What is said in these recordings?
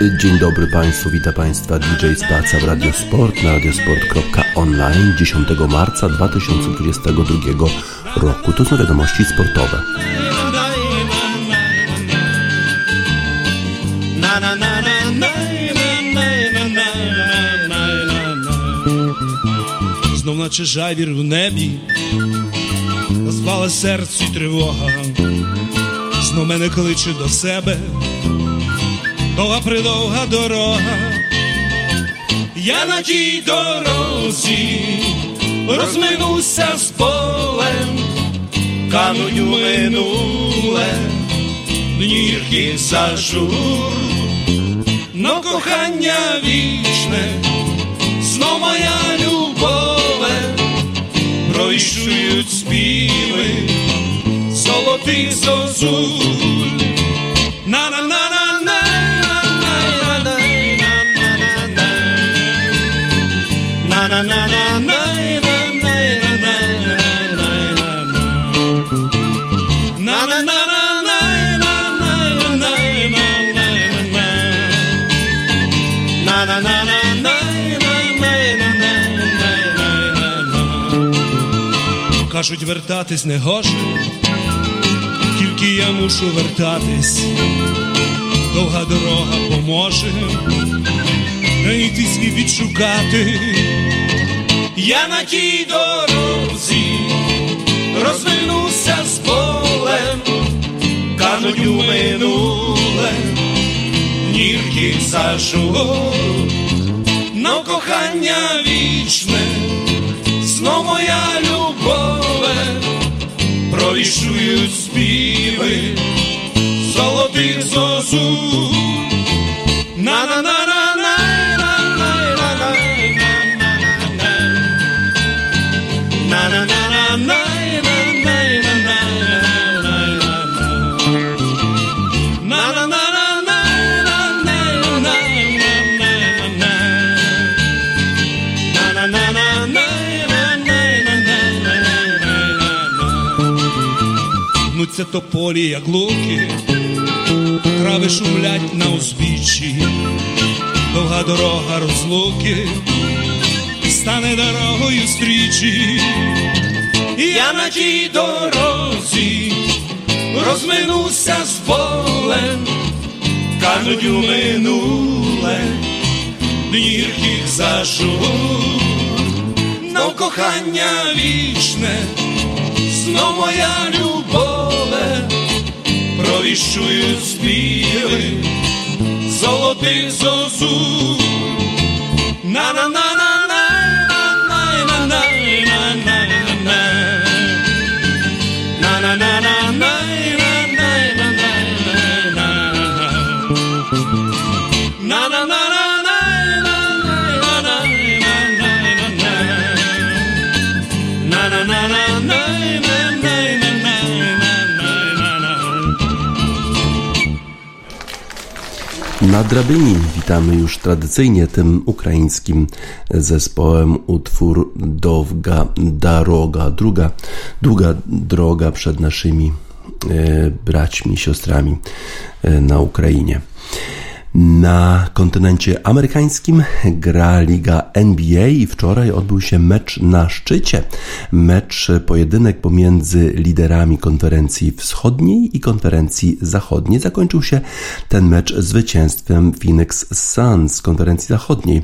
Dzień dobry Państwu, witam Państwa DJ Spaca w Radio Sport na radiosport.online 10 marca 2022 roku. To są wiadomości sportowe. Знов наче жайвір в небі, розпала серці тривога, знов мене кличе до себе, довга-придовга дорога. Я на тій дорозі розминуся з полем, кануть у минуле, гірких зажур, но кохання вічне, знов моя любове, пройшують співи золотих зозуль. Кажуть, вертатись не гоже, тільки я мушу вертатись. Довга дорога поможе знайти свій відшукати. Я на тій дорозі розминуся з полем, кануть у минуле, гірких зажур, но кохання вічне, знов моя любове, пройшують співи золотих зозуль. Це тополі, як луки, трави шумлять на узбіччі, довга дорога розлуки стане дорогою стрічі. Я на тій дорозі розминуся з полем, кануть у минуле, гірких зажур, но кохання вічне, знов моя любове, провіщують співи золотих зозуль. Na drabinie witamy już tradycyjnie tym ukraińskim zespołem utwór Dowga Daroga, długa droga przed naszymi braćmi, siostrami na Ukrainie. Na kontynencie amerykańskim gra liga NBA i wczoraj odbył się mecz na szczycie. Pojedynek pomiędzy liderami konferencji wschodniej i konferencji zachodniej. Zakończył się ten mecz zwycięstwem Phoenix Suns z konferencji zachodniej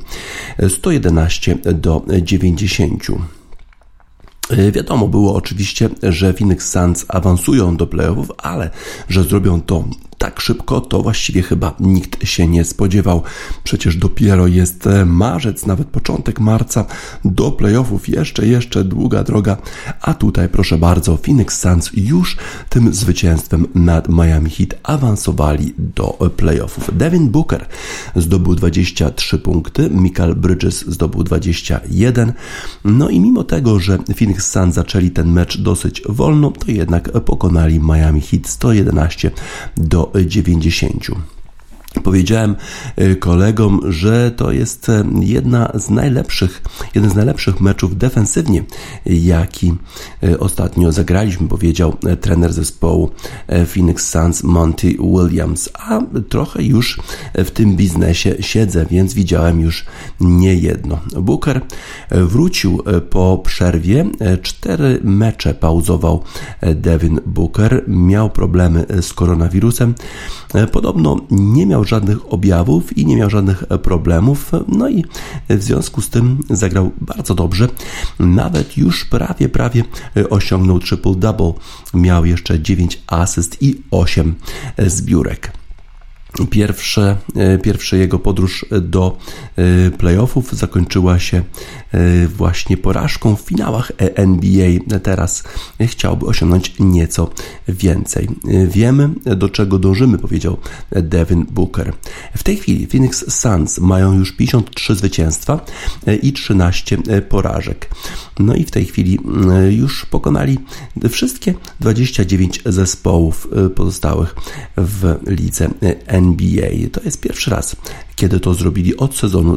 111-90. Wiadomo było oczywiście, że Phoenix Suns awansują do playoffów, ale że zrobią to tak szybko, to właściwie chyba nikt się nie spodziewał. Przecież dopiero jest marzec, nawet początek marca, do playoffów jeszcze długa droga, a tutaj proszę bardzo, Phoenix Suns już tym zwycięstwem nad Miami Heat awansowali do playoffów. Devin Booker zdobył 23 punkty, Mikal Bridges zdobył 21, no i mimo tego, że Phoenix Suns zaczęli ten mecz dosyć wolno, to jednak pokonali Miami Heat 111-90. Powiedziałem kolegom, że to jest jeden z najlepszych meczów defensywnie, jaki ostatnio zagraliśmy, powiedział trener zespołu Phoenix Suns Monty Williams, a trochę już w tym biznesie siedzę, więc widziałem już niejedno. Booker wrócił po przerwie, 4 mecze pauzował Devin Booker, miał problemy z koronawirusem, podobno nie miał żadnych objawów i nie miał żadnych problemów, no i w związku z tym zagrał bardzo dobrze, nawet już prawie osiągnął triple-double, miał jeszcze 9 asyst i 8 zbiórek. Pierwsza jego podróż do playoffów zakończyła się właśnie porażką w finałach NBA. Teraz chciałby osiągnąć nieco więcej. Wiemy, do czego dążymy, powiedział Devin Booker. W tej chwili Phoenix Suns mają już 53 zwycięstwa i 13 porażek. No i w tej chwili już pokonali wszystkie 29 zespołów pozostałych w lidze NBA. To jest pierwszy raz, kiedy to zrobili od sezonu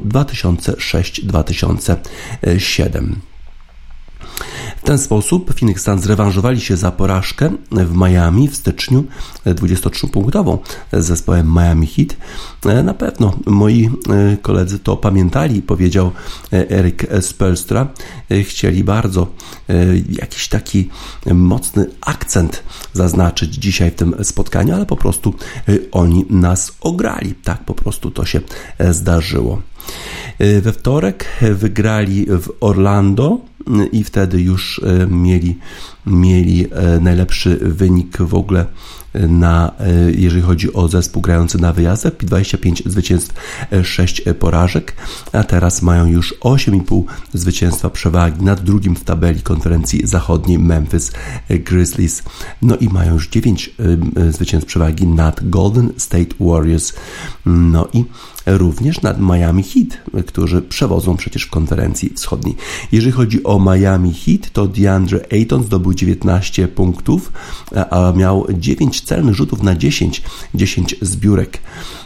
2006-2007. W ten sposób Phoenix Suns zrewanżowali się za porażkę w Miami w styczniu 23-punktową z zespołem Miami Heat. Na pewno moi koledzy to pamiętali, powiedział Erik Spoelstra. Chcieli bardzo jakiś taki mocny akcent zaznaczyć dzisiaj w tym spotkaniu, ale po prostu oni nas ograli. Tak po prostu to się zdarzyło. We wtorek wygrali w Orlando i wtedy już mieli najlepszy wynik w ogóle jeżeli chodzi o zespół grający na wyjazdach, 25 zwycięstw, 6 porażek, a teraz mają już 8,5 zwycięstwa przewagi nad drugim w tabeli konferencji zachodniej Memphis Grizzlies, no i mają już 9 zwycięstw przewagi nad Golden State Warriors, no i również nad Miami Heat, którzy przewodzą przecież w konferencji wschodniej. Jeżeli chodzi o Miami Heat, to DeAndre Ayton zdobył 19 punktów, a miał 9 celnych rzutów na 10 zbiórek.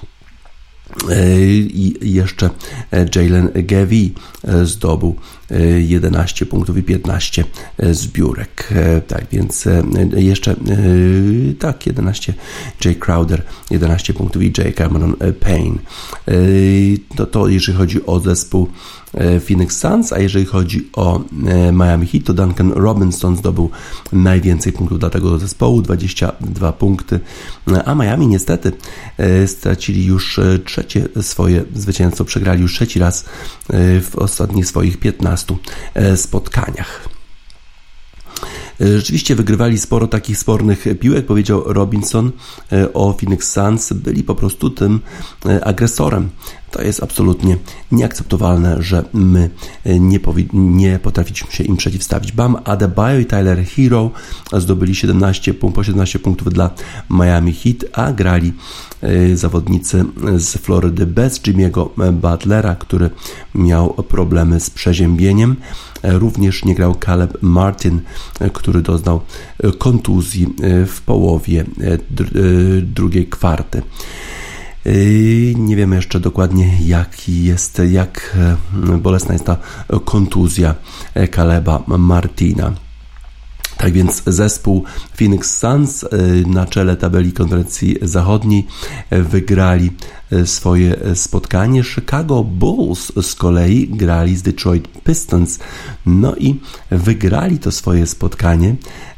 I jeszcze Jalen Gavey zdobył 11 punktów i 15 zbiórek. Tak więc jeszcze 11 Jay Crowder 11 punktów i Jay Cameron Payne. To jeżeli chodzi o zespół Phoenix Suns, a jeżeli chodzi o Miami Heat, to Duncan Robinson zdobył najwięcej punktów dla tego zespołu, 22 punkty, a Miami niestety stracili już trzecie swoje zwycięstwo, przegrali już trzeci raz w ostatnich swoich 15 spotkaniach. Rzeczywiście wygrywali sporo takich spornych piłek, powiedział Robinson o Phoenix Suns, byli po prostu tym agresorem. To jest absolutnie nieakceptowalne, że my nie potrafiliśmy się im przeciwstawić. Bam Adebayo i Tyler Hero zdobyli 17 punktów dla Miami Heat, a grali zawodnicy z Florydy bez Jimmy'ego Butlera, który miał problemy z przeziębieniem. Również nie grał Caleb Martin, który doznał kontuzji w połowie drugiej kwarty. Nie wiemy jeszcze dokładnie jak bolesna jest ta kontuzja Caleba Martina. Tak więc zespół Phoenix Suns na czele tabeli konferencji zachodniej wygrali swoje spotkanie. Chicago Bulls z kolei grali z Detroit Pistons, no i wygrali to swoje spotkanie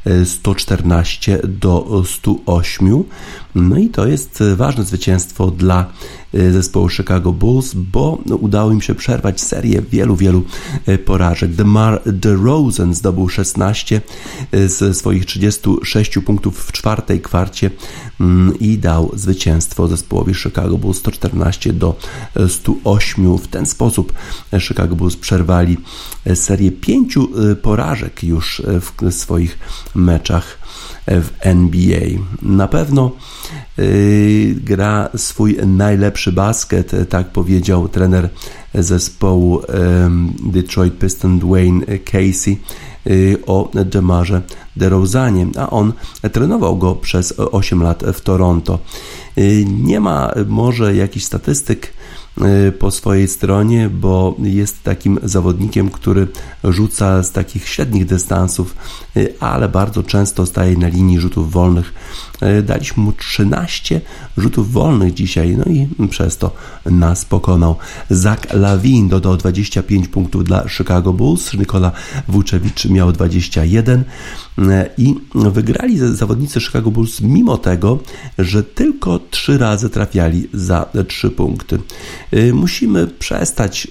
114-108. No i to jest ważne zwycięstwo dla zespołu Chicago Bulls, bo udało im się przerwać serię wielu porażek. DeMar DeRozan zdobył 16 z swoich 36 punktów w czwartej kwarcie i dał zwycięstwo zespołowi Chicago Bulls 114-108. W ten sposób Chicago Bulls przerwali serię 5 porażek już w swoich meczach w NBA. Na pewno gra swój najlepszy basket, tak powiedział trener zespołu Detroit Pistons Dwayne Casey. o DeMarze DeRozanie, a on trenował go przez 8 lat w Toronto. Nie ma może jakichś statystyk po swojej stronie, bo jest takim zawodnikiem, który rzuca z takich średnich dystansów, ale bardzo często staje na linii rzutów wolnych. Daliśmy mu 13 rzutów wolnych dzisiaj, no i przez to nas pokonał. Zach LaVine dodał 25 punktów dla Chicago Bulls, Nikola Vucevic miał 21 i wygrali zawodnicy Chicago Bulls mimo tego, że tylko 3 razy trafiali za 3 punkty. Musimy przestać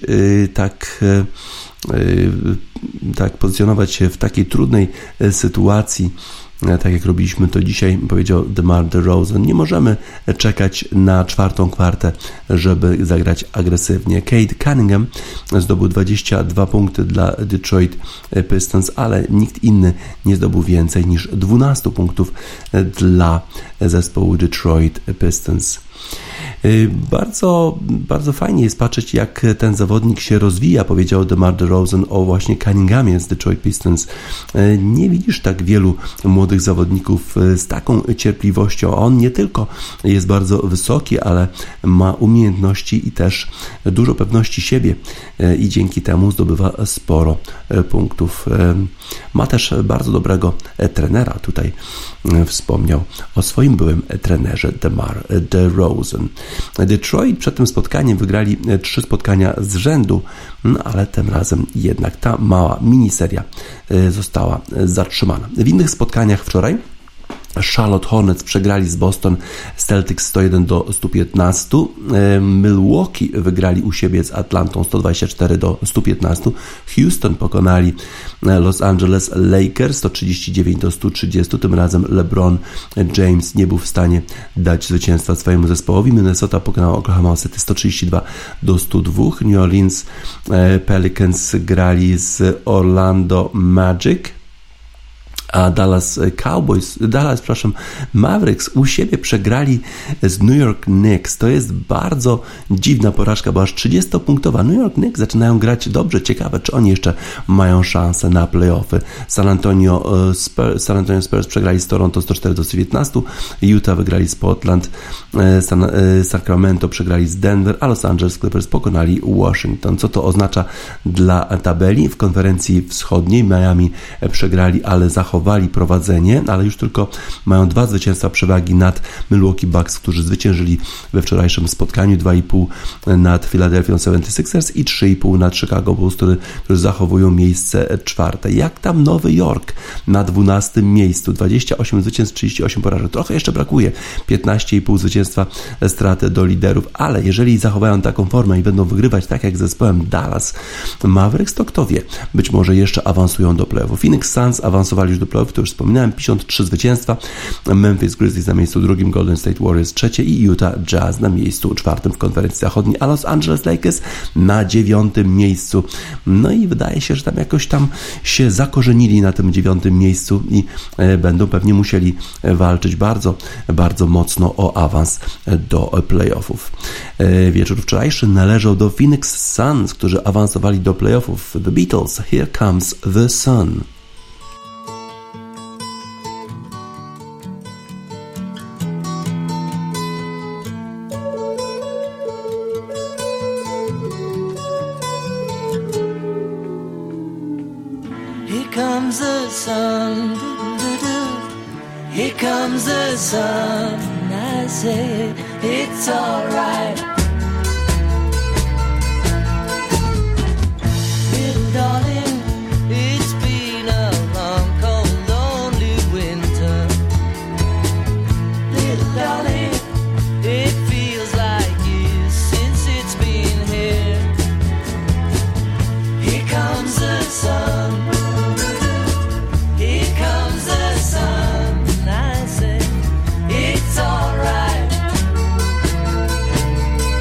tak pozycjonować się w takiej trudnej sytuacji, tak jak robiliśmy to dzisiaj, powiedział DeMar DeRozan. Nie możemy czekać na 4. kwartę, żeby zagrać agresywnie. Cade Cunningham zdobył 22 punkty dla Detroit Pistons, ale nikt inny nie zdobył więcej niż 12 punktów dla zespołu Detroit Pistons. Bardzo, bardzo fajnie jest patrzeć, jak ten zawodnik się rozwija, powiedział DeMar DeRozan o właśnie Cunninghamie z Detroit Pistons. Nie widzisz tak wielu młodych zawodników z taką cierpliwością. On nie tylko jest bardzo wysoki, ale ma umiejętności i też dużo pewności siebie i dzięki temu zdobywa sporo punktów. Ma też bardzo dobrego trenera. Tutaj wspomniał o swoim byłym trenerze DeMar DeRozan. Detroit przed tym spotkaniem wygrali 3 spotkania z rzędu, no ale tym razem jednak ta mała miniseria została zatrzymana. W innych spotkaniach wczoraj Charlotte Hornets przegrali z Boston Celtics 101-115. Milwaukee wygrali u siebie z Atlantą 124-115. Houston pokonali Los Angeles Lakers 139-130. Tym razem LeBron James nie był w stanie dać zwycięstwa swojemu zespołowi. Minnesota pokonała Oklahoma City 132-102. New Orleans Pelicans grali z Orlando Magic, a Mavericks u siebie przegrali z New York Knicks. To jest bardzo dziwna porażka, bo aż 30-punktowa. New York Knicks zaczynają grać dobrze. Ciekawe, czy oni jeszcze mają szansę na playoffy. San Antonio Spurs przegrali z Toronto 104-119. Utah wygrali z Portland. Sacramento przegrali z Denver, a Los Angeles Clippers pokonali Washington. Co to oznacza dla tabeli? W konferencji wschodniej Miami przegrali, ale zachowali prowadzenie, ale już tylko mają 2 zwycięstwa przewagi nad Milwaukee Bucks, którzy zwyciężyli we wczorajszym spotkaniu, 2,5 nad Philadelphia 76ers i 3,5 nad Chicago Bulls, którzy zachowują miejsce 4. Jak tam Nowy Jork na 12 miejscu, 28 zwycięstw, 38 porażek. Trochę jeszcze brakuje, 15,5 zwycięstwa straty do liderów, ale jeżeli zachowają taką formę i będą wygrywać tak jak z zespołem Dallas Mavericks, to kto wie, być może jeszcze awansują do playoffów. Phoenix Suns awansowali już do playoffów, to już wspominałem, 53 zwycięstwa, Memphis Grizzlies na miejscu 2, Golden State Warriors 3 i Utah Jazz na miejscu 4 w konferencji zachodniej, a Los Angeles Lakers na 9 miejscu. No i wydaje się, że tam jakoś tam się zakorzenili na tym 9 miejscu i będą pewnie musieli walczyć bardzo, bardzo mocno o awans do playoffów. Wieczór wczorajszy należał do Phoenix Suns, którzy awansowali do playoffów. The Beatles, Here Comes the Sun. Here comes the sun, I say it's alright. Little darling, it's been a long, cold, lonely winter. Little darling, it feels like years since it's been here. Here comes the sun. Here comes the sun, I say it's alright.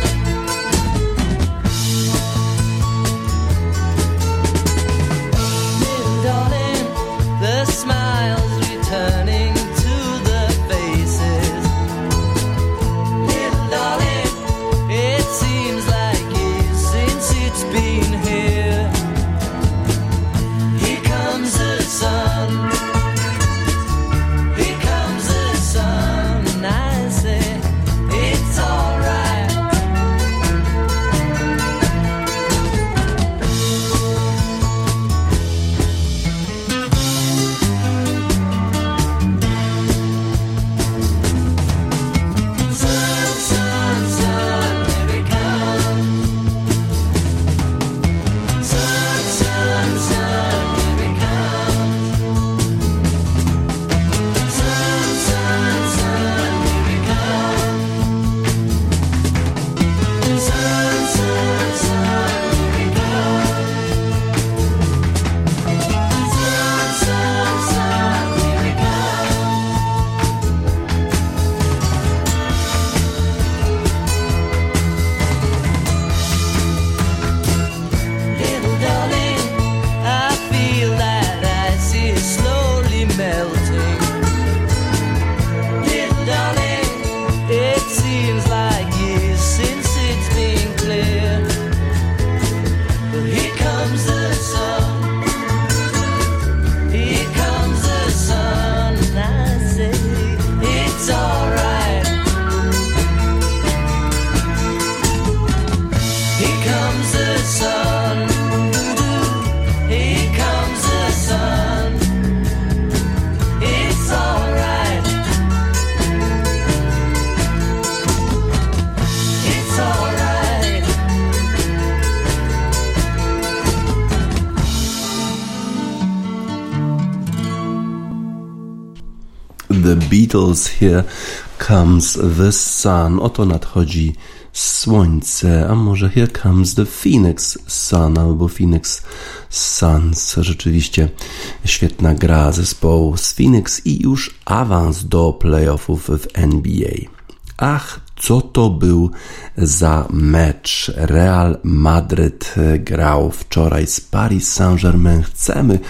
The Beatles, Here Comes the Sun. Oto nadchodzi słońce, a może Here Comes the Phoenix Sun albo Phoenix Suns. Rzeczywiście świetna gra zespołu z Phoenix i już awans do playoffów w NBA. Ach, co to był za mecz. Real Madryt grał wczoraj z Paris Saint-Germain. Chcemy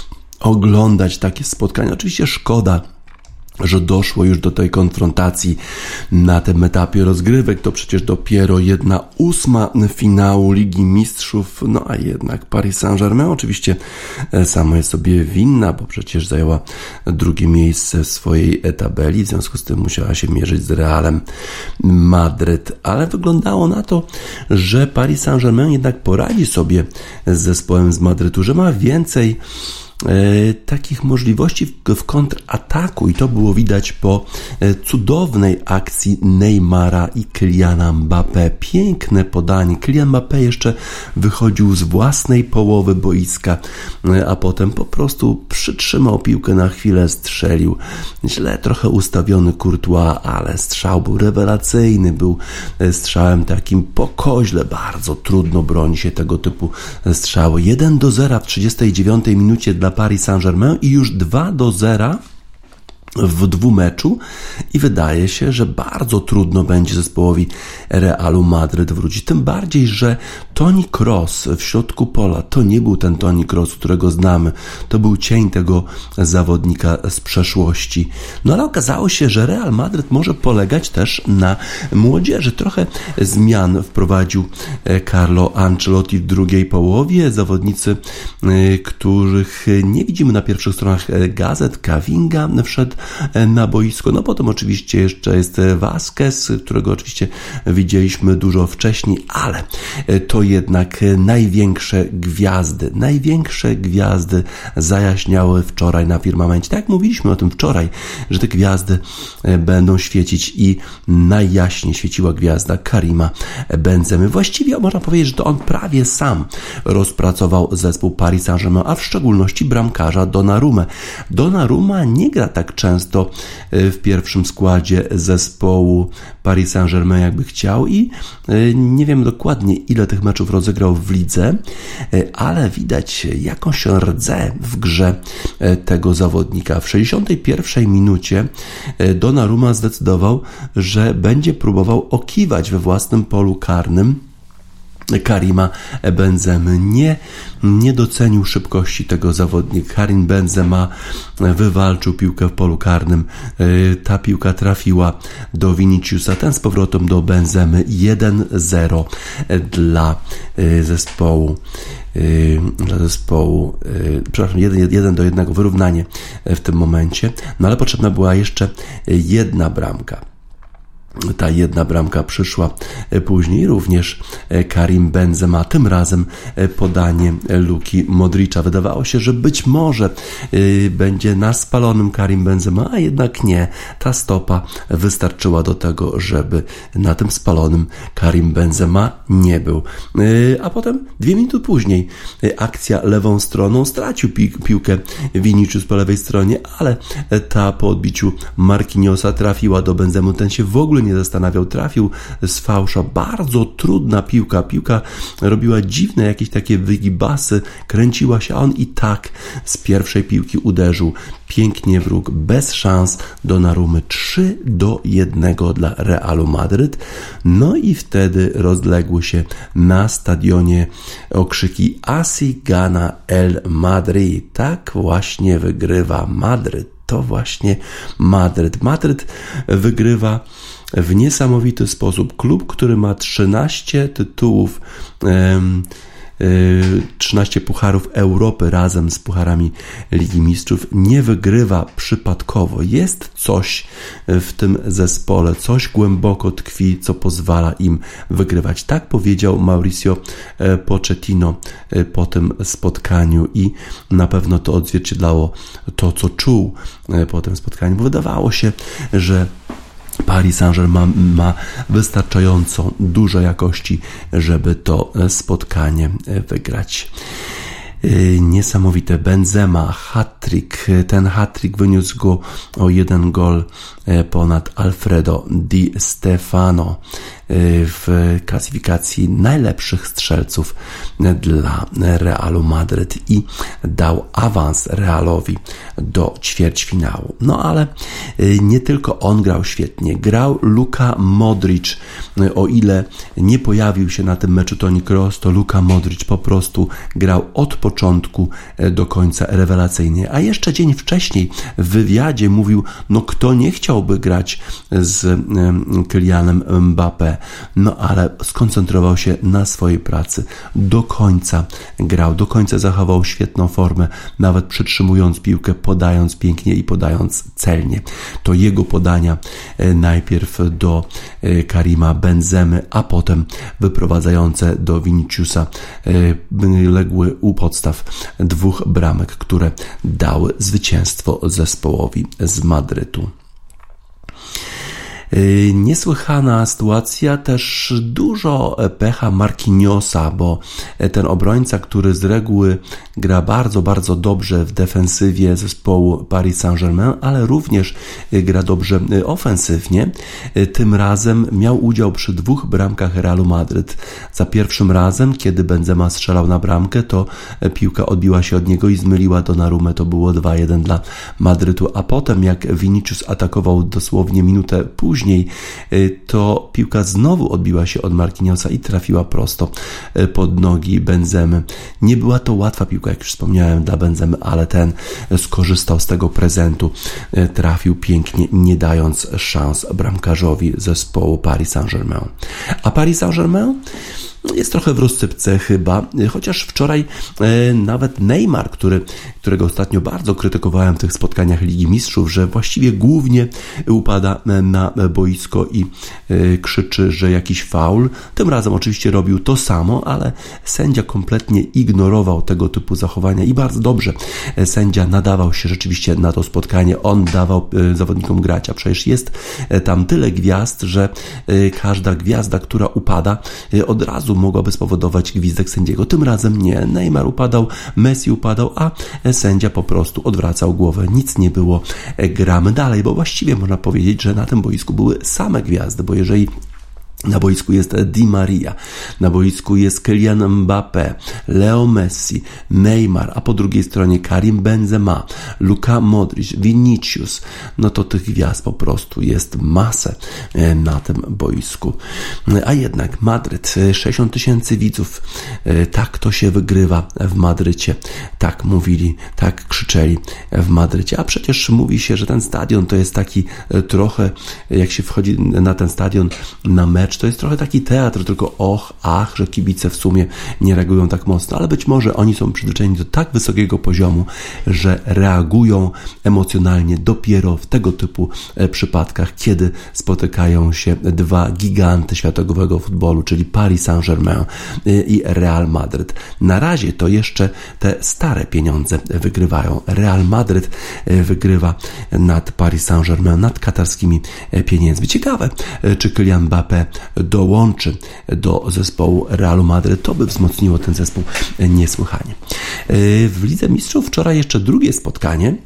oglądać takie spotkania. Oczywiście szkoda, że doszło już do tej konfrontacji na tym etapie rozgrywek. To przecież dopiero 1/8 finału Ligi Mistrzów, no a jednak Paris Saint-Germain oczywiście sama jest sobie winna, bo przecież zajęła drugie miejsce w swojej tabeli, w związku z tym musiała się mierzyć z Realem Madryt, ale wyglądało na to, że Paris Saint-Germain jednak poradzi sobie z zespołem z Madrytu, że ma więcej takich możliwości w kontrataku i to było widać po cudownej akcji Neymara i Kyliana Mbappé. Piękne podanie. Kylian Mbappé jeszcze wychodził z własnej połowy boiska, a potem po prostu przytrzymał piłkę na chwilę, strzelił. Źle trochę ustawiony Courtois, ale strzał był rewelacyjny, był strzałem takim po koźle. Bardzo trudno broni się tego typu strzały. 1-0 w 39 minucie dla Paris Saint-Germain i już 2-0 w dwumeczu i wydaje się, że bardzo trudno będzie zespołowi Realu Madryt wrócić. Tym bardziej, że Toni Kroos w środku pola to nie był ten Toni Kroos, którego znamy. To był cień tego zawodnika z przeszłości. No ale okazało się, że Real Madryt może polegać też na młodzieży. Trochę zmian wprowadził Carlo Ancelotti w drugiej połowie. Zawodnicy, których nie widzimy na pierwszych stronach gazet. Camavinga wszedł na boisko. No potem oczywiście jeszcze jest Vasquez, którego oczywiście widzieliśmy dużo wcześniej, ale to jednak największe gwiazdy zajaśniały wczoraj na firmamencie. Tak jak mówiliśmy o tym wczoraj, że te gwiazdy będą świecić i najjaśniej świeciła gwiazda Karima Benzemy. Właściwie można powiedzieć, że to on prawie sam rozpracował zespół Paris Saint-Germain, a w szczególności bramkarza Donnarumę. Donnarumma nie gra tak często w pierwszym składzie zespołu Paris Saint-Germain jakby chciał i nie wiem dokładnie ile tych meczów rozegrał w lidze, ale widać jakąś rdzę w grze tego zawodnika. W 61 minucie Donnarumma zdecydował, że będzie próbował okiwać we własnym polu karnym Karima Benzemy. Nie docenił szybkości tego zawodnika. Karim Benzema wywalczył piłkę w polu karnym. Ta piłka trafiła do Viniciusa. Ten z powrotem do Benzemy. 1-0 dla zespołu. Przepraszam, 1-1 wyrównanie w tym momencie. No ale potrzebna była jeszcze jedna bramka. Ta jedna bramka przyszła później, również Karim Benzema, tym razem podanie Luki Modricza. Wydawało się, że być może będzie na spalonym Karim Benzema, a jednak nie. Ta stopa wystarczyła do tego, żeby na tym spalonym Karim Benzema nie był. A potem 2 minuty później akcja lewą stroną, stracił piłkę Vinicius po lewej stronie, ale ta po odbiciu Marquinhosa trafiła do Benzemy. Ten się w ogóle nie zastanawiał, trafił z fałsza. Bardzo trudna piłka. Piłka robiła dziwne jakieś takie wygibasy, kręciła się, a on i tak z pierwszej piłki uderzył pięknie w róg, bez szans Donnarumy. 3-1 dla Realu Madryt. No i wtedy rozległy się na stadionie okrzyki Así gana el Madrid. Tak właśnie wygrywa Madryt. To właśnie Madryt. Madryt wygrywa w niesamowity sposób. Klub, który ma 13 tytułów, 13 pucharów Europy razem z pucharami Ligi Mistrzów, nie wygrywa przypadkowo. Jest coś w tym zespole, coś głęboko tkwi, co pozwala im wygrywać. Tak powiedział Mauricio Pochettino po tym spotkaniu i na pewno to odzwierciedlało to, co czuł po tym spotkaniu, bo wydawało się, że Paris Saint-Germain ma wystarczająco dużo jakości, żeby to spotkanie wygrać. Niesamowite. Benzema, hat-trick. Ten hat-trick wyniósł go o 1 gol ponad Alfredo Di Stefano w klasyfikacji najlepszych strzelców dla Realu Madryt i dał awans Realowi do ćwierćfinału. No ale nie tylko on grał świetnie. Grał Luka Modric. O ile nie pojawił się na tym meczu Toni Kroos, to Luka Modric po prostu grał od początku do końca rewelacyjnie. A jeszcze dzień wcześniej w wywiadzie mówił, no kto nie chciałby grać z Kylianem Mbappé. No ale skoncentrował się na swojej pracy. Do końca grał, do końca zachował świetną formę, nawet przytrzymując piłkę, podając pięknie i podając celnie. To jego podania najpierw do Karima Benzemy, a potem wyprowadzające do Viniciusa legły u podstaw 2 bramek, które dały zwycięstwo zespołowi z Madrytu. Niesłychana sytuacja, też dużo pecha Marquinhosa, bo ten obrońca, który z reguły gra bardzo, bardzo dobrze w defensywie zespołu Paris Saint-Germain, ale również gra dobrze ofensywnie, tym razem miał udział przy 2 bramkach Realu Madryt. Za pierwszym razem, kiedy Benzema strzelał na bramkę, to piłka odbiła się od niego i zmyliła Donnarumę, to było 2-1 dla Madrytu, a potem jak Vinicius atakował dosłownie minutę później, to piłka znowu odbiła się od Marquinhosa i trafiła prosto pod nogi Benzemy. Nie była to łatwa piłka, jak już wspomniałem, dla Benzemy, ale ten skorzystał z tego prezentu, trafił pięknie, nie dając szans bramkarzowi zespołu Paris Saint-Germain. A Paris Saint-Germain jest trochę w rozsypce chyba, chociaż wczoraj nawet Neymar, którego ostatnio bardzo krytykowałem w tych spotkaniach Ligi Mistrzów, że właściwie głównie upada na boisko i krzyczy, że jakiś faul. Tym razem oczywiście robił to samo, ale sędzia kompletnie ignorował tego typu zachowania i bardzo dobrze. Sędzia nadawał się rzeczywiście na to spotkanie, on dawał zawodnikom grać, a przecież jest tam tyle gwiazd, że każda gwiazda, która upada, od razu mogłaby spowodować gwizdek sędziego. Tym razem nie. Neymar upadał, Messi upadał, a sędzia po prostu odwracał głowę. Nic nie było. Gramy dalej, bo właściwie można powiedzieć, że na tym boisku były same gwiazdy, bo jeżeli na boisku jest Di Maria, na boisku jest Kylian Mbappé, Leo Messi, Neymar, a po drugiej stronie Karim Benzema, Luka Modric, Vinicius, no to tych gwiazd po prostu jest masę na tym boisku. A jednak Madryt, 60 000 widzów, tak to się wygrywa w Madrycie, tak mówili, tak krzyczeli w Madrycie, a przecież mówi się, że ten stadion to jest taki trochę, jak się wchodzi na ten stadion na mecz, to jest trochę taki teatr, tylko ach, że kibice w sumie nie reagują tak mocno, ale być może oni są przyzwyczajeni do tak wysokiego poziomu, że reagują emocjonalnie dopiero w tego typu przypadkach, kiedy spotykają się 2 giganty światowego futbolu, czyli Paris Saint-Germain i Real Madryt. Na razie to jeszcze te stare pieniądze wygrywają. Real Madryt wygrywa nad Paris Saint-Germain, nad katarskimi pieniędzmi. Ciekawe, czy Kylian Mbappé dołączy do zespołu Realu Madryt, to by wzmocniło ten zespół niesłychanie. W Lidze Mistrzów wczoraj jeszcze drugie spotkanie.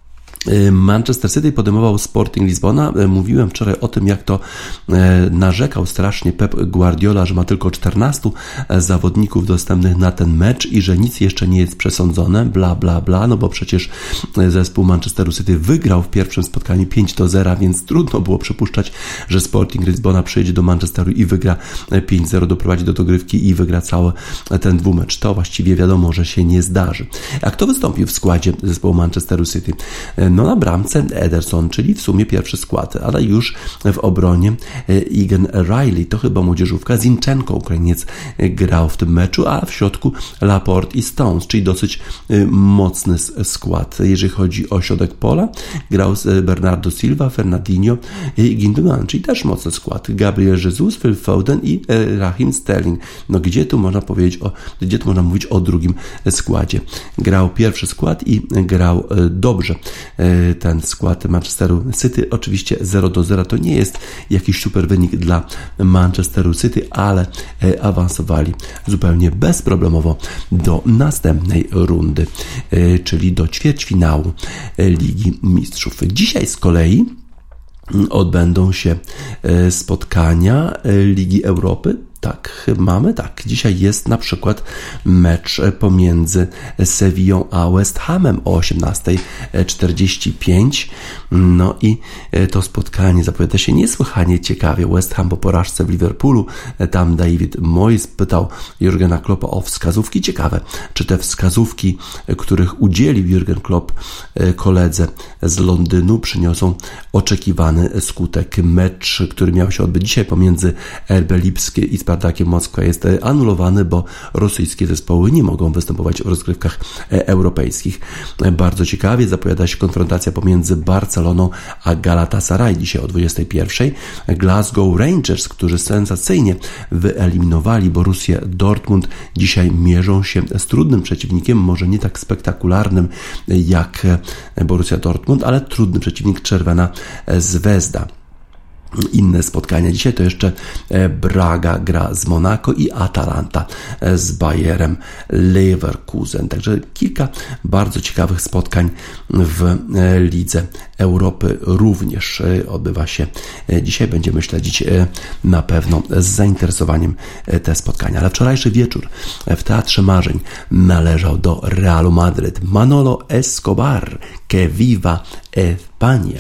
Manchester City podejmował Sporting Lizbona. Mówiłem wczoraj o tym, jak to narzekał strasznie Pep Guardiola, że ma tylko 14 zawodników dostępnych na ten mecz i że nic jeszcze nie jest przesądzone, bla, bla, bla, no bo przecież zespół Manchesteru City wygrał w pierwszym spotkaniu 5-0, więc trudno było przypuszczać, że Sporting Lizbona przyjedzie do Manchesteru i wygra 5-0, doprowadzi do dogrywki i wygra cały ten dwumecz. To właściwie wiadomo, że się nie zdarzy. A kto wystąpił w składzie zespołu Manchesteru City? No na bramce Ederson, czyli w sumie pierwszy skład, ale już w obronie Egan Riley, to chyba młodzieżówka, Zinchenko, Ukrainiec, grał w tym meczu, a w środku Laporte i Stones, czyli dosyć mocny skład. Jeżeli chodzi o środek pola, grał Bernardo Silva, Fernandinho i Gundogan, czyli też mocny skład. Gabriel Jesus, Phil Foden i Raheem Sterling. No gdzie tu można mówić o drugim składzie? Grał pierwszy skład i grał dobrze. ten skład Manchesteru City. Oczywiście 0-0 to nie jest jakiś super wynik dla Manchesteru City, ale awansowali zupełnie bezproblemowo do następnej rundy, czyli do ćwierćfinału Ligi Mistrzów. Dzisiaj z kolei odbędą się spotkania Ligi Europy. Tak, mamy, tak. Dzisiaj jest na przykład mecz pomiędzy Sewillą a West Hamem o 18:45. No i to spotkanie zapowiada się niesłychanie ciekawie. West Ham po porażce w Liverpoolu. Tam David Moyes pytał Jurgena Kloppa o wskazówki. Ciekawe, czy te wskazówki, których udzielił Jurgen Klopp koledze z Londynu, przyniosą oczekiwany skutek. Mecz, który miał się odbyć dzisiaj pomiędzy RB Lipskie i Spartakiem Moskwa, jest anulowany, bo rosyjskie zespoły nie mogą występować w rozgrywkach europejskich. Bardzo ciekawie zapowiada się konfrontacja pomiędzy Barceloną a Galatasaray dzisiaj o 21:00. Glasgow Rangers, którzy sensacyjnie wyeliminowali Borussię Dortmund, dzisiaj mierzą się z trudnym przeciwnikiem, może nie tak spektakularnym jak Borussia Dortmund, ale trudny przeciwnik, Czerwena Zvezda. Inne spotkania dzisiaj to jeszcze Braga gra z Monaco i Atalanta z Bayerem Leverkusen. Także kilka bardzo ciekawych spotkań w Lidze Europy również odbywa się dzisiaj. Będziemy śledzić na pewno z zainteresowaniem te spotkania. Ale wczorajszy wieczór w Teatrze Marzeń należał do Realu Madryt. Manolo Escobar, que viva España.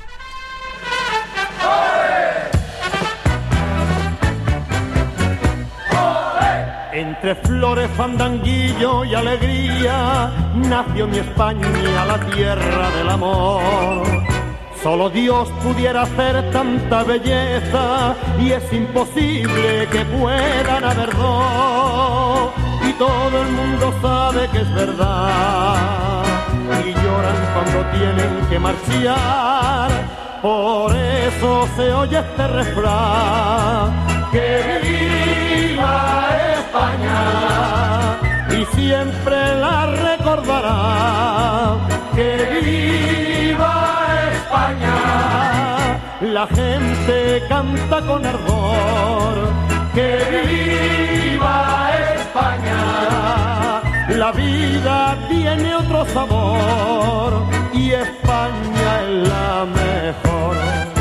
Entre flores, fandanguillo y alegría nació mi España, la tierra del amor. Solo Dios pudiera hacer tanta belleza y es imposible que puedan haber dos. Y todo el mundo sabe que es verdad y lloran cuando tienen que marchar. Por eso se oye este refrán: que viva España, y siempre la recordará. Que viva España, la gente canta con ardor. Que viva España, la vida tiene otro sabor y España es la mejor.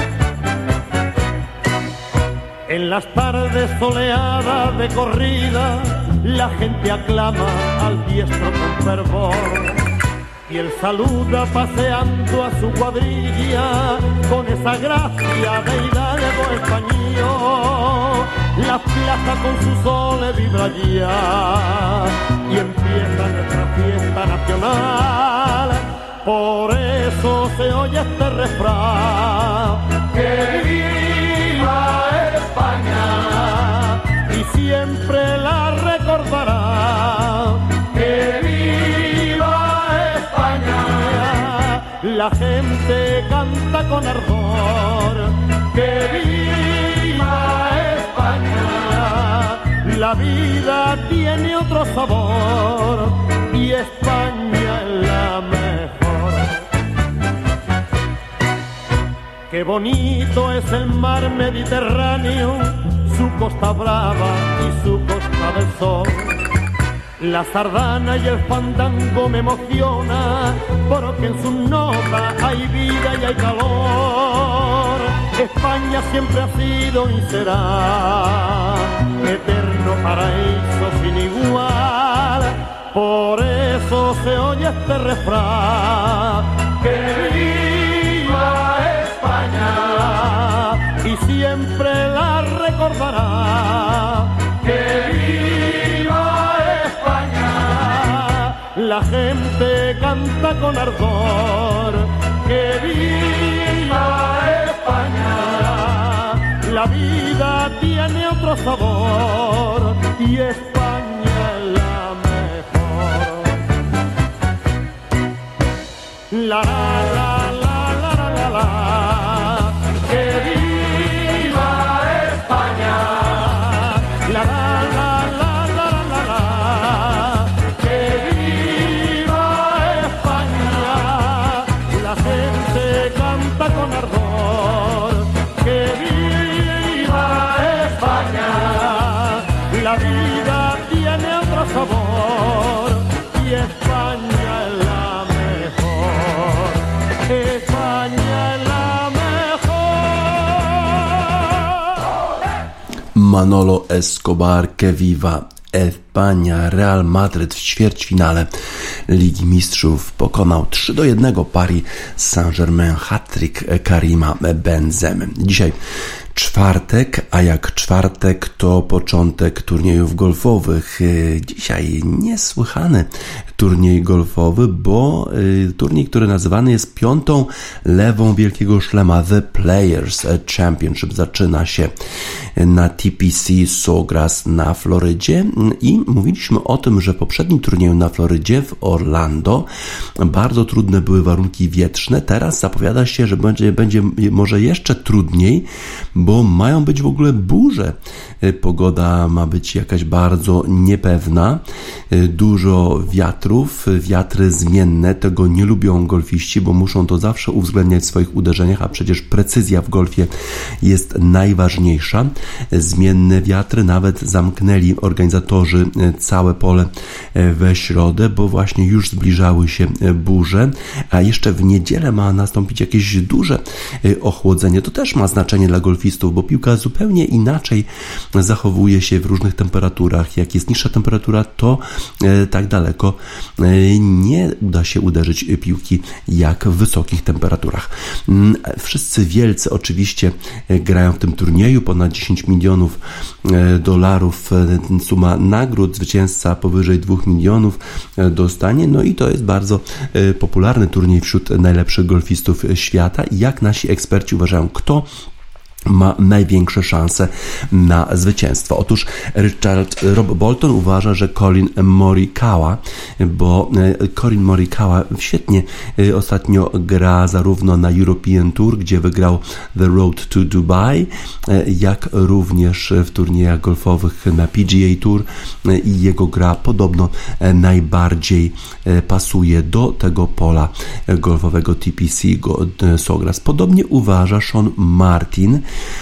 En las tardes soleadas de corrida, la gente aclama al diestro con fervor. Y él saluda paseando a su cuadrilla con esa gracia de hidalgo español. La plaza con su sol vibra ya y empieza nuestra fiesta nacional. Por eso se oye este refrán: que viva España, y siempre la recordará. Que viva España, la gente canta con ardor. Que viva España, la vida tiene otro sabor y España es la mejor. Qué bonito es el mar Mediterráneo, su costa brava y su costa del sol. La sardana y el fandango me emociona, porque en sus notas hay vida y hay calor. España siempre ha sido y será eterno paraíso sin igual. Por eso se oye este refrán: que viva España, y siempre la recordará. Que viva España, la gente canta con ardor. Que viva España, la vida tiene otro sabor y España es la mejor. La la la la la la la. Que viva España. La la la la la la la. Que viva España. La Manolo Escobar, que viva España. Real Madryt w ćwierćfinale Ligi Mistrzów pokonał 3-1 Paris Saint-Germain, hat-trick Karima Benzemy. Dzisiaj czwartek, a jak czwartek to początek turniejów golfowych. Dzisiaj niesłychany turniej golfowy, bo turniej, który nazywany jest piątą lewą wielkiego szlema, The Players Championship, zaczyna się na TPC Sawgrass na Florydzie i mówiliśmy o tym, że w poprzednim turnieju na Florydzie w Orlando bardzo trudne były warunki wietrzne. Teraz zapowiada się, że będzie może jeszcze trudniej, bo mają być w ogóle burze. Pogoda ma być jakaś bardzo niepewna, dużo wiatrów, wiatry zmienne, tego nie lubią golfiści, bo muszą to zawsze uwzględniać w swoich uderzeniach, a przecież precyzja w golfie jest najważniejsza. Zmienne wiatry, nawet zamknęli organizatorzy całe pole we środę, bo właśnie już zbliżały się burze, a jeszcze w niedzielę ma nastąpić jakieś duże ochłodzenie. To też ma znaczenie dla golfistów, bo piłka zupełnie inaczej zachowuje się w różnych temperaturach. Jak jest niższa temperatura, to tak daleko nie uda się uderzyć piłki jak w wysokich temperaturach. Wszyscy wielcy oczywiście grają w tym turnieju, ponad 10 milionów dolarów suma nagród, zwycięzca powyżej 2 milionów dostanie, no i to jest bardzo popularny turniej wśród najlepszych golfistów świata. I jak nasi eksperci uważają, kto ma największe szanse na zwycięstwo? Otóż Rob Bolton uważa, że Collin Morikawa, bo Collin Morikawa świetnie ostatnio gra zarówno na European Tour, gdzie wygrał The Road to Dubai, jak również w turniejach golfowych na PGA Tour i jego gra podobno najbardziej pasuje do tego pola golfowego TPC Sawgrass. Podobnie uważa Sean Martin,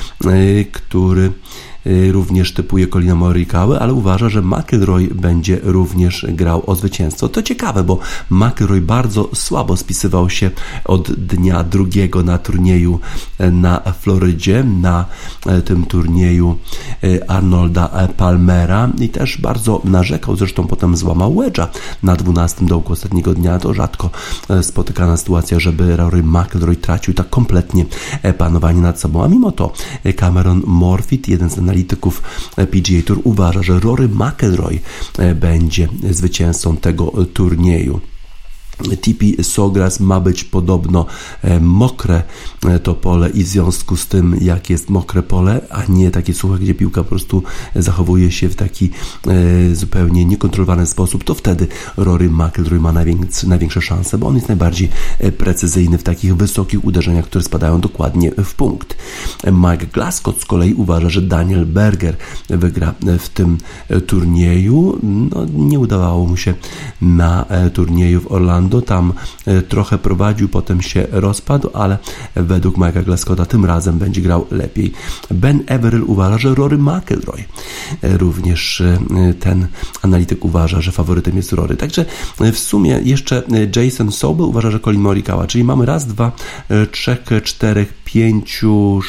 który również typuje Collina Morikawy, ale uważa, że McIlroy będzie również grał o zwycięstwo. To ciekawe, bo McIlroy bardzo słabo spisywał się od dnia drugiego na turnieju na Florydzie, na tym turnieju Arnolda Palmera i też bardzo narzekał, zresztą potem złamał wedge'a na 12 dołku ostatniego dnia. To rzadko spotykana sytuacja, żeby Rory McIlroy tracił tak kompletnie panowanie nad sobą, a mimo to Cameron Morfitt, jeden z analityków PGA Tour, uważa, że Rory McIlroy będzie zwycięzcą tego turnieju. TP Sawgrass ma być podobno mokre to pole i w związku z tym, jak jest mokre pole, a nie takie suche, gdzie piłka po prostu zachowuje się w taki zupełnie niekontrolowany sposób, to wtedy Rory McIlroy ma największe szanse, bo on jest najbardziej precyzyjny w takich wysokich uderzeniach, które spadają dokładnie w punkt. Mike Glasscock z kolei uważa, że Daniel Berger wygra w tym turnieju. No, nie udawało mu się na turnieju w Orlando. Tam trochę prowadził, potem się rozpadł, ale według Mike'a Glasscocka tym razem będzie grał lepiej. Ben Everill uważa, że Rory McIlroy. Również ten analityk uważa, że faworytem jest Rory. Także w sumie jeszcze Jason Sobel uważa, że Collin Morikawa, czyli mamy raz, dwa, trzech, czterech, 5,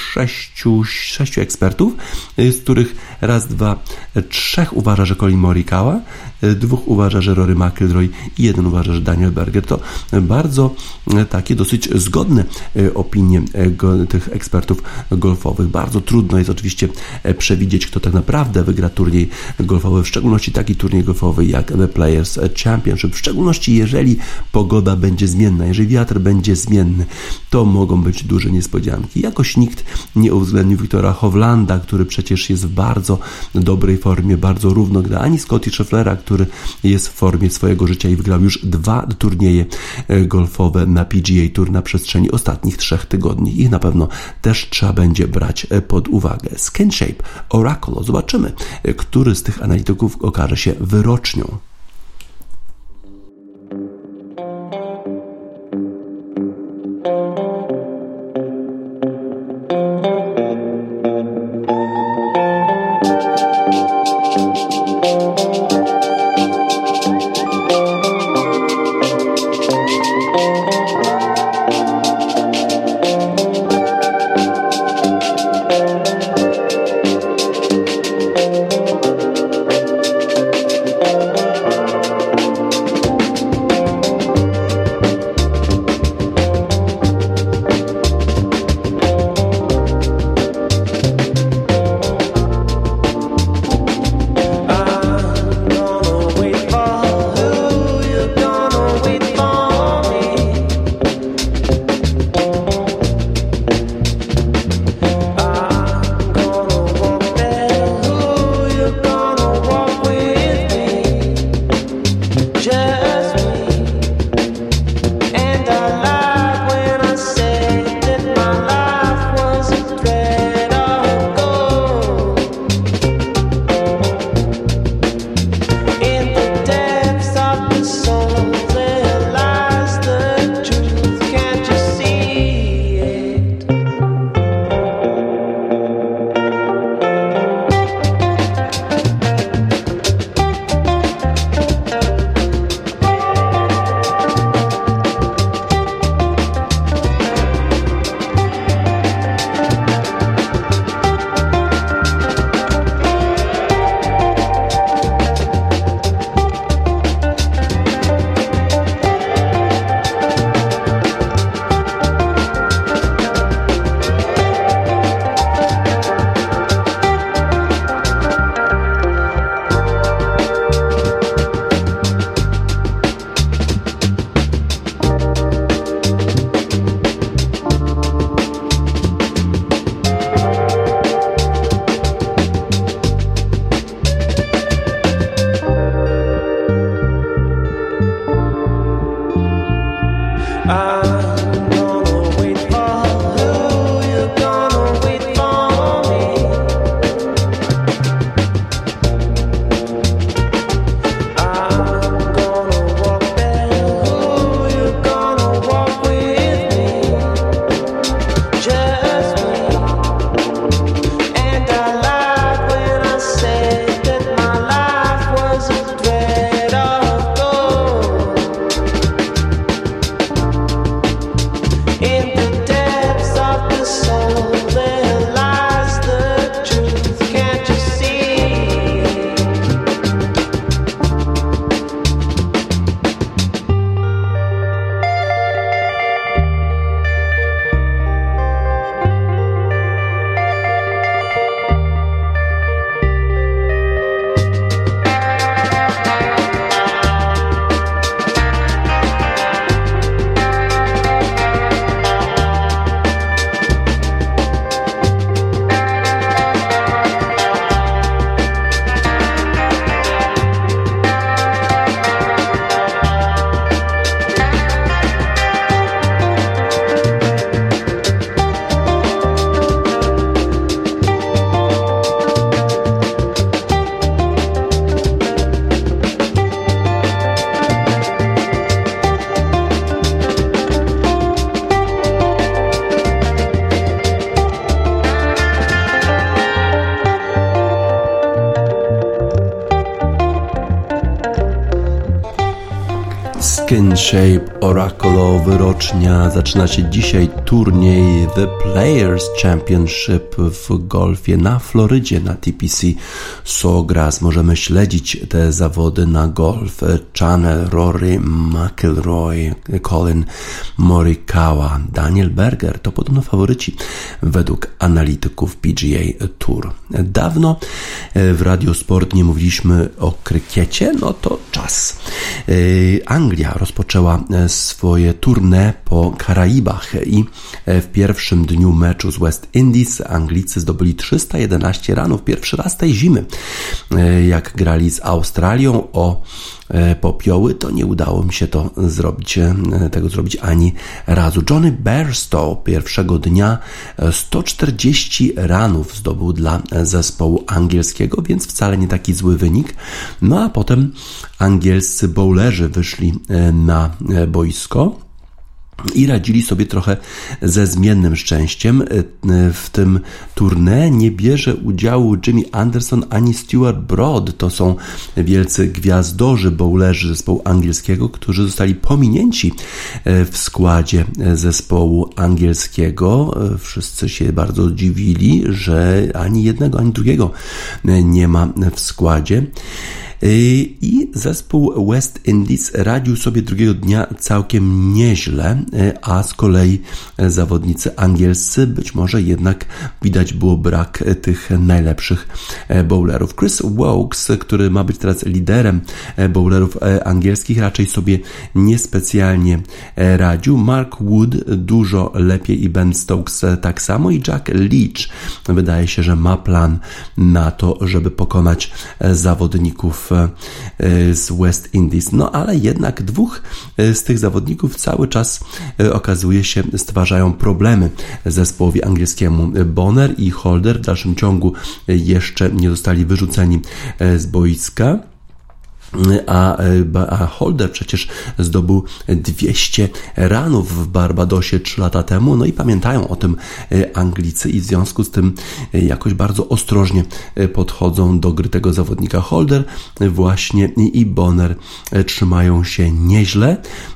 6 ekspertów, z których raz, dwa, 3 uważa, że Collin Morikawa, 2 uważa, że Rory McIlroy i 1 uważa, że Daniel Berger. To bardzo takie dosyć zgodne opinie tych ekspertów golfowych. Bardzo trudno jest oczywiście przewidzieć, kto tak naprawdę wygra turniej golfowy, w szczególności taki turniej golfowy jak The Players Championship, w szczególności jeżeli pogoda będzie zmienna, jeżeli wiatr będzie zmienny, to mogą być duże niespodzianki. Jakoś nikt nie uwzględnił Wiktora Hovlanda, który przecież jest w bardzo dobrej formie, bardzo równo gra, ani Scottie Schefflera, który jest w formie swojego życia i wygrał już 2 turnieje golfowe na PGA Tour na przestrzeni ostatnich 3 tygodni. Ich na pewno też trzeba będzie brać pod uwagę. Skinshape Oracle. Zobaczymy, który z tych analityków okaże się wyrocznią. Skin Shape Oracle wyrocznia. Zaczyna się dzisiaj turniej The Players Championship w golfie na Florydzie na TPC Sawgrass. Możemy śledzić te zawody na Golf Channel. Rory McIlroy, Colin Morikawa, Daniel Berger to podobno faworyci według analityków PGA Tour. Dawno w Radiosport nie mówiliśmy o krykiecie, no to czas. Anglia rozpoczęła swoje tournée po Karaibach i w pierwszym dniu meczu z West Indies Anglicy zdobyli 311 ranów. Pierwszy raz tej zimy. Jak grali z Australią o popioły, to nie udało mi się tego zrobić ani razu. Johnny Bairstow pierwszego dnia 140 ranów zdobył dla zespołu angielskiego, więc wcale nie taki zły wynik. No a potem angielscy bowlerzy wyszli na boisko i radzili sobie trochę ze zmiennym szczęściem. W tym tournée nie bierze udziału Jimmy Anderson ani Stuart Broad. To są wielcy gwiazdorzy bowlerzy zespołu angielskiego, którzy zostali pominięci w składzie zespołu angielskiego. Wszyscy się bardzo dziwili, że ani jednego, ani drugiego nie ma w składzie. I zespół West Indies radził sobie drugiego dnia całkiem nieźle, a z kolei zawodnicy angielscy być może jednak widać było brak tych najlepszych bowlerów. Chris Wokes, który ma być teraz liderem bowlerów angielskich, raczej sobie niespecjalnie radził. Mark Wood dużo lepiej i Ben Stokes tak samo i Jack Leach wydaje się, że ma plan na to, żeby pokonać zawodników z West Indies. No ale jednak dwóch z tych zawodników cały czas okazuje się stwarzają problemy zespołowi angielskiemu. Bonner i Holder w dalszym ciągu jeszcze nie zostali wyrzuceni z boiska. A Holder przecież zdobył 200 ranów w Barbadosie 3 lata temu, no i pamiętają o tym Anglicy i w związku z tym jakoś bardzo ostrożnie podchodzą do gry tego zawodnika. Holder właśnie i Bonner trzymają się nieźle,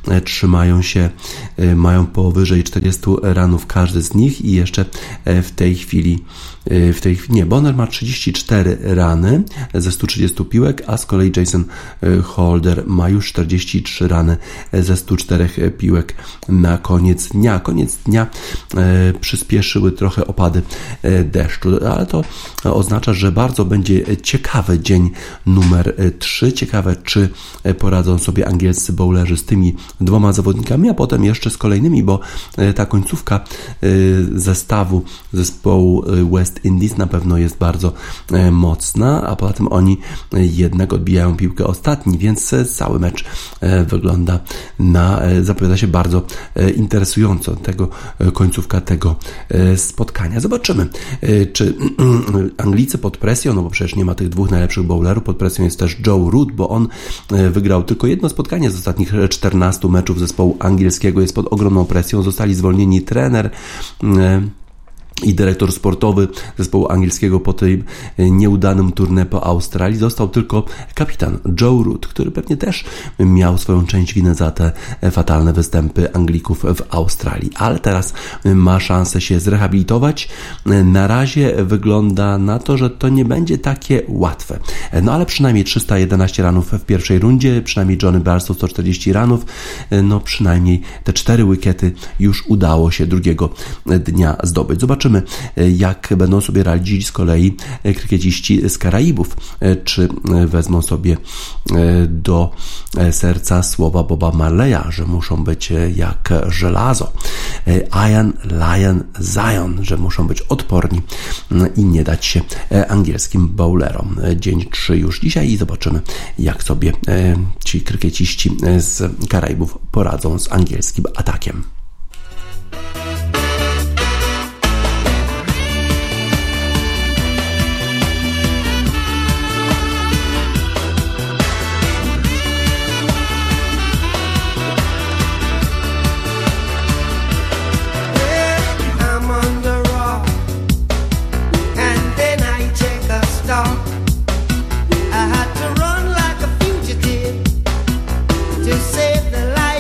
mają powyżej 40 ranów każdy z nich i jeszcze w tej chwili Bonner ma 34 rany ze 130 piłek, a z kolei Jason Holder ma już 43 rany ze 104 piłek na koniec dnia. Koniec dnia przyspieszyły trochę opady deszczu, ale to oznacza, że bardzo będzie ciekawy dzień numer 3. Ciekawe, czy poradzą sobie angielscy bowlerzy z tymi dwoma zawodnikami, a potem jeszcze z kolejnymi, bo ta końcówka zestawu zespołu West Indies na pewno jest bardzo mocna, a poza tym oni jednak odbijają piłkę ostatni, więc cały mecz zapowiada się bardzo interesująco, końcówka tego spotkania. Zobaczymy, czy Anglicy pod presją, no bo przecież nie ma tych dwóch najlepszych bowlerów, pod presją jest też Joe Root, bo on wygrał tylko jedno spotkanie z ostatnich 14 meczów zespołu angielskiego, jest pod ogromną presją, zostali zwolnieni trener i dyrektor sportowy zespołu angielskiego po tym nieudanym tournée po Australii. Został tylko kapitan Joe Root, który pewnie też miał swoją część winy za te fatalne występy Anglików w Australii, ale teraz ma szansę się zrehabilitować. Na razie wygląda na to, że to nie będzie takie łatwe. No ale przynajmniej 311 ranów w pierwszej rundzie, przynajmniej Johnny Bairstow 140 ranów, no przynajmniej te 4 wikety już udało się drugiego dnia zdobyć. Zobaczymy, jak będą sobie radzić z kolei krykieciści z Karaibów. Czy wezmą sobie do serca słowa Boba Marleya, że muszą być jak żelazo. Ian, Lion, Zion, że muszą być odporni i nie dać się angielskim bowlerom. Dzień 3 już dzisiaj i zobaczymy, jak sobie ci krykieciści z Karaibów poradzą z angielskim atakiem. To save the life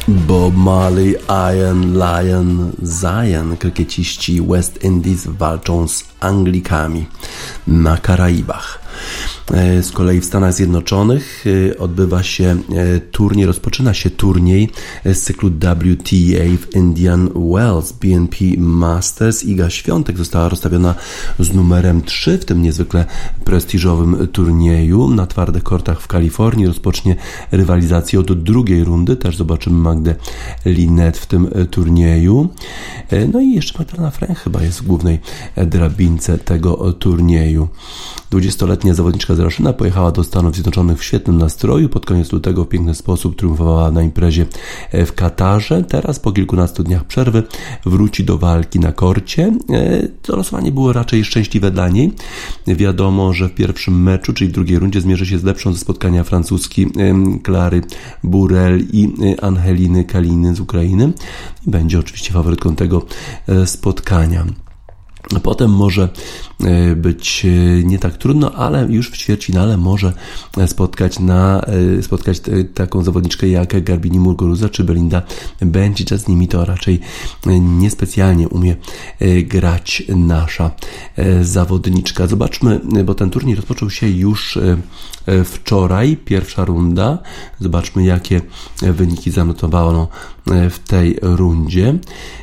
Bob Marley, Iron Lion, Zion. Krykieciści West Indies walczą z Anglikami na Karaibach. Z kolei w Stanach Zjednoczonych rozpoczyna się turniej z cyklu WTA w Indian Wells. BNP Masters. Iga Świątek została rozstawiona z numerem 3 w tym niezwykle prestiżowym turnieju. Na twardych kortach w Kalifornii rozpocznie rywalizację od drugiej rundy. Też zobaczymy Magdę Linette w tym turnieju. No i jeszcze Magdalena Fręch chyba jest w głównej drabince tego turnieju. 20-letnia zawodniczka z Raszyna pojechała do Stanów Zjednoczonych w świetnym nastroju. Pod koniec lutego w piękny sposób triumfowała na imprezie w Katarze. Teraz po kilkunastu dniach przerwy wróci do walki na korcie. To losowanie było raczej szczęśliwe dla niej. Wiadomo, że w pierwszym meczu, czyli w drugiej rundzie, zmierzy się z lepszą ze spotkania francuski Clary Burel i Angeliny Kaliny z Ukrainy. Będzie oczywiście faworytką tego spotkania. Potem może być nie tak trudno, ale już w ćwierćfinale może spotkać taką zawodniczkę jak Garbini Muguruza czy Belinda Bencic. Z nimi to raczej niespecjalnie umie grać nasza zawodniczka. Zobaczmy, bo ten turniej rozpoczął się już wczoraj, pierwsza runda. Zobaczmy, jakie wyniki zanotowano w tej rundzie.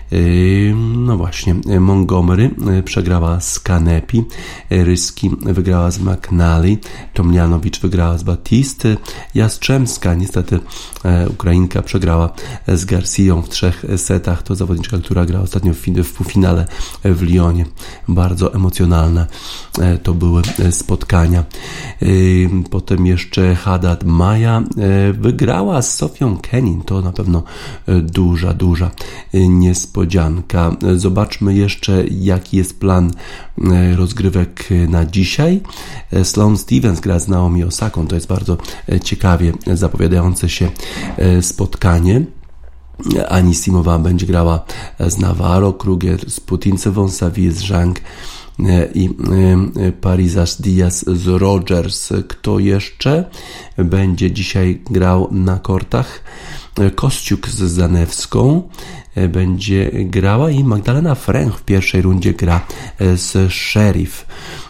No właśnie, Montgomery przegrała z Kanepi, Ryski wygrała z McNally, Tomljanowicz wygrała z Batisty, Jastrzębska, niestety Ukrainka, przegrała z Garcją w 3 setach. To zawodniczka, która grała ostatnio w półfinale w Lyonie. Bardzo emocjonalne to były spotkania. Potem jeszcze Haddad Maja wygrała z Sofią Kenin. To na pewno duża niespodzianka. Zobaczmy jeszcze, jaki jest plan rozgrywek na dzisiaj. Sloane Stephens gra z Naomi Osaką. To jest bardzo ciekawie zapowiadające się spotkanie. Anisimowa będzie grała z Navarro, Kruger z Putincewą, Saville z Zhang i Parizas Diaz z Rogers. Kto jeszcze będzie dzisiaj grał na kortach? Kościuk z Zanewską będzie grała i Magdalena Fręch w pierwszej rundzie gra z Sheriff.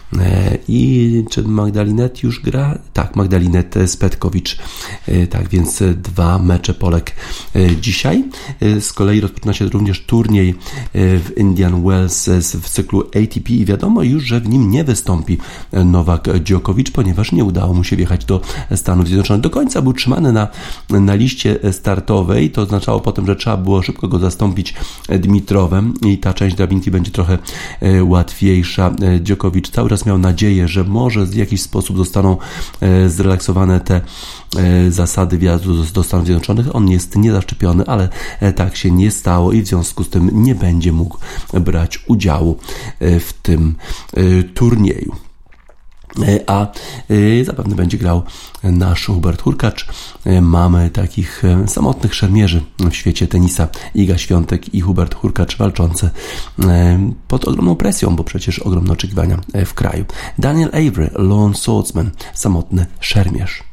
I czy Magdalinette już gra? Tak, Magdalinette Spetkowicz. Tak więc 2 mecze Polek dzisiaj. Z kolei rozpoczyna się również turniej w Indian Wells w cyklu ATP i wiadomo już, że w nim nie wystąpi Nowak Djokovic, ponieważ nie udało mu się wjechać do Stanów Zjednoczonych. Do końca był trzymany na liście startowej. To oznaczało potem, że trzeba było szybko go zastąpić Dmitrowem i ta część drabinki będzie trochę łatwiejsza. Djokovic cały czas miał nadzieję, że może w jakiś sposób zostaną zrelaksowane te zasady wjazdu do Stanów Zjednoczonych. On jest niezaszczepiony, ale tak się nie stało i w związku z tym nie będzie mógł brać udziału w tym turnieju. A zapewne będzie grał nasz Hubert Hurkacz. Mamy takich samotnych szermierzy w świecie tenisa. Iga Świątek i Hubert Hurkacz walczące pod ogromną presją, bo przecież ogromne oczekiwania w kraju. Daniel Avery, Lone Swordsman, samotny szermierz.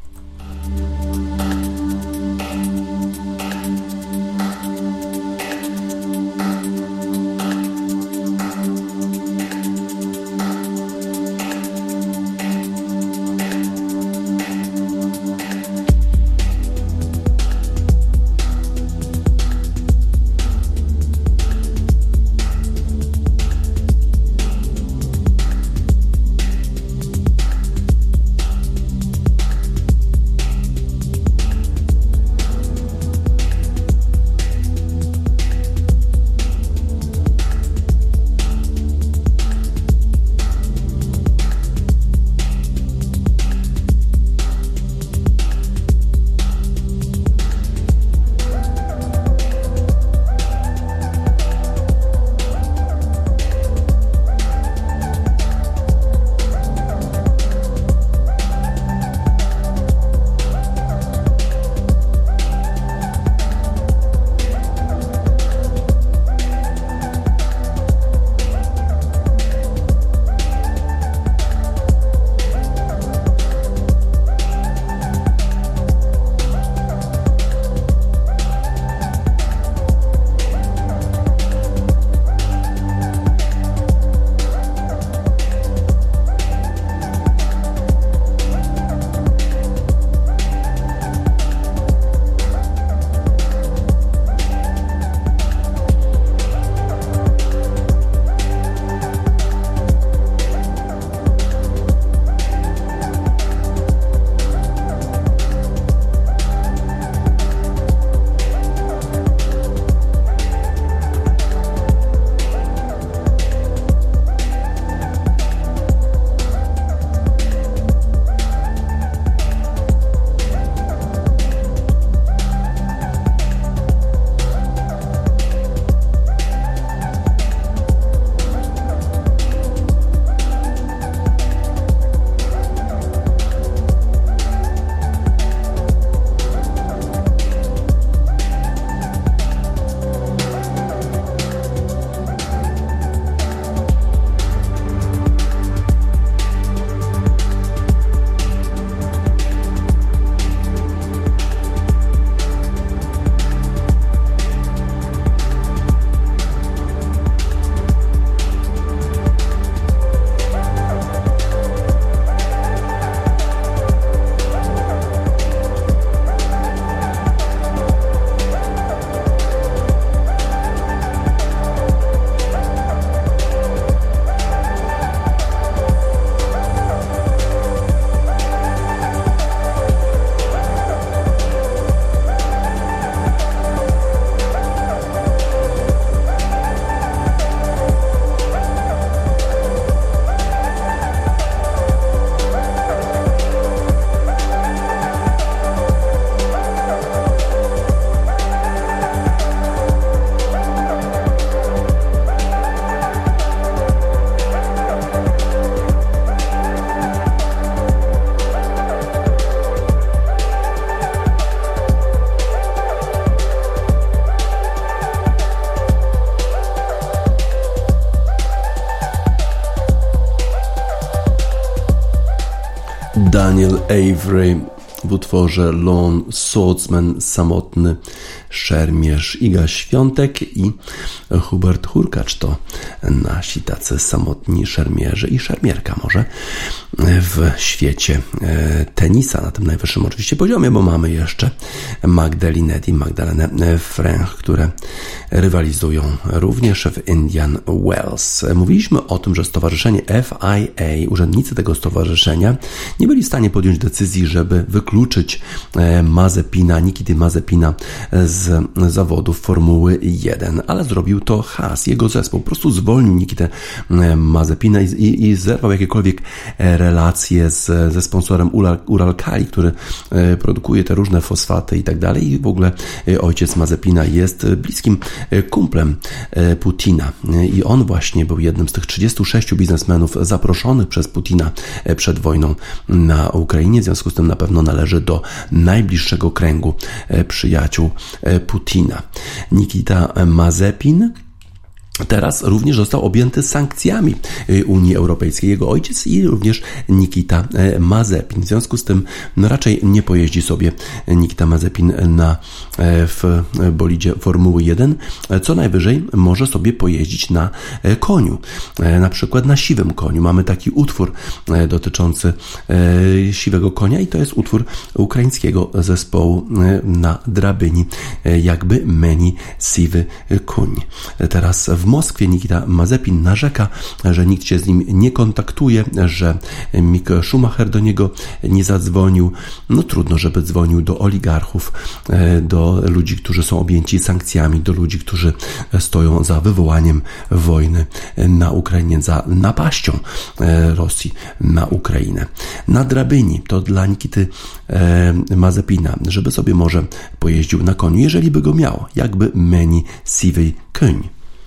Daniel Avery w utworze Lone Swordsman, samotny szermierz. Iga Świątek i Hubert Hurkacz to nasi tacy samotni szermierze i szermierka może w świecie tenisa na tym najwyższym oczywiście poziomie, bo mamy jeszcze Magdalenę i Magdalenę Fręch, które rywalizują również w Indian Wells. Mówiliśmy o tym, że stowarzyszenie FIA, urzędnicy tego stowarzyszenia nie byli w stanie podjąć decyzji, żeby wykluczyć Nikity Mazepina z zawodów Formuły 1, ale zrobił to Haas. Jego zespół po prostu zwolnił Nikitę Mazepina i zerwał jakiekolwiek relacje ze sponsorem Uralkali, który produkuje te różne fosfaty i tak dalej. I w ogóle ojciec Mazepina jest bliskim kumplem Putina i on właśnie był jednym z tych 36 biznesmenów zaproszonych przez Putina przed wojną na Ukrainie. W związku z tym na pewno należy do najbliższego kręgu przyjaciół Putina. Nikita Mazepin teraz również został objęty sankcjami Unii Europejskiej. Jego ojciec i również Nikita Mazepin. W związku z tym raczej nie pojeździ sobie Nikita Mazepin w bolidzie Formuły 1. Co najwyżej może sobie pojeździć na koniu. Na przykład na siwym koniu. Mamy taki utwór dotyczący siwego konia i to jest utwór ukraińskiego zespołu na drabyni. Jakby meni siwy koń. Teraz w Moskwie Nikita Mazepin narzeka, że nikt się z nim nie kontaktuje, że Mick Schumacher do niego nie zadzwonił. No trudno, żeby dzwonił do oligarchów, do ludzi, którzy są objęci sankcjami, do ludzi, którzy stoją za wywołaniem wojny na Ukrainie, za napaścią Rosji na Ukrainę. Na drabyni to dla Nikity Mazepina, żeby sobie może pojeździł na koniu, jeżeli by go miał, jakby meni siwy koń.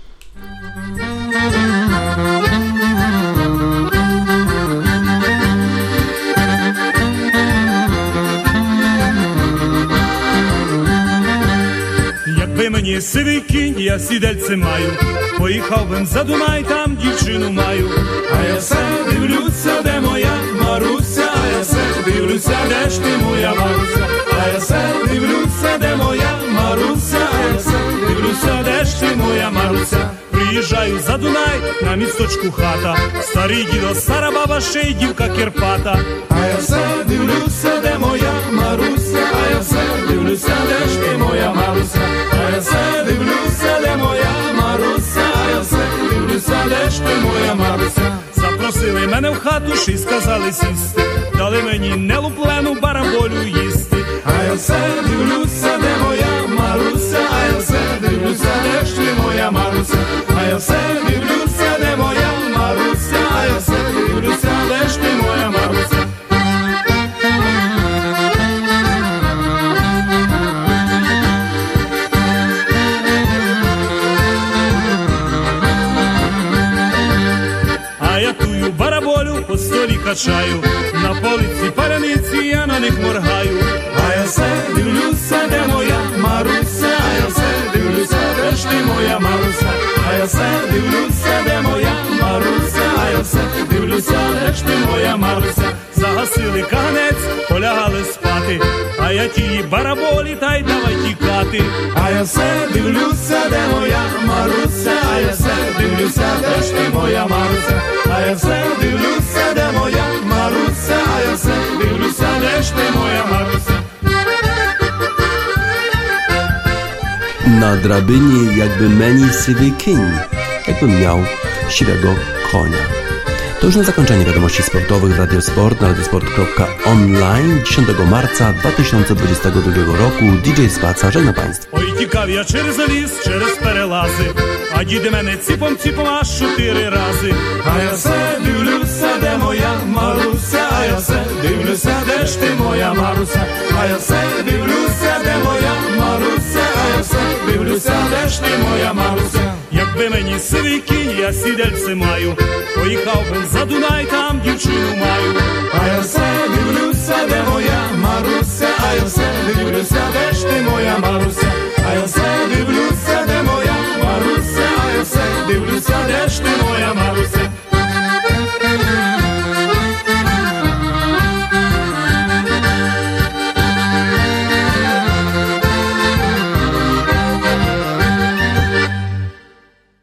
Якби мені сивий кінь, я сідельце маю, поїхав бим за Дунай, там дівчину маю. А я все дивлюся, де моя Маруся, а я все дивлюся, де ж ти моя Маруся, а я все дивлюся, де моя Маруся, а я все дивлюся, де ж ти моя Маруся. Приїжджаю за Дунай, на місточку хата, старий дідо, стара баба, ще й дівка Кирпата. А я все дивлюся, де моя Маруся, а я все дивлюся, де ж ти моя Маруся, а я все дивлюся, де моя Маруся, а я все дивлюся, де ж ти моя Маруся. Запросили мене в хату, ще й сказали сісти, дали мені нелуплену бараболю їсти. А я все дивлюся, де моя Маруся, а я все дивлюся, де ж ти моя Маруся, а я все дивлюся, де моя Маруся, а я все дивлюся, де ж ти моя Маруся. А я тую бараболю по столі качаю, на полиці паляниці я на них моргаю. А я все дивлюся, де моя Маруся, а я все дивлюся, де ж ти моя Маруся, а я все дивлюся, де моя Маруся, а я все дивлюся, де ж ти моя Маруся. Загасили каганець, полягали спати, а я тії бараболі, та й давай тікати. А я все дивлюся, де моя Маруся, а я все дивлюся, де ж ти моя Маруся, а я все дивлюся, де моя Маруся, а я все дивлюся, де ж ти моя Маруся. Na drabynie jakby meni siwy kiń, jakbym miał siwego konia. To już na zakończenie wiadomości sportowych w Radio Sport na radiosport.online 10 marca 2022 roku. DJ Spaca, żegna Państwa. Ой, тікав я через ліс, через перелази, а діди мене ціпом-ціпом аж 4 рази. А я все дивлюся, де моя Маруся, а я все дивлюся, де ж ти моя Маруся, а я все дивлюся, де моя Маруся, а я все дивлюся, де ж ти моя Маруся. Якби мені сивий кінь, я сідельце маю, поїхав би за Дунай, там дівчину маю.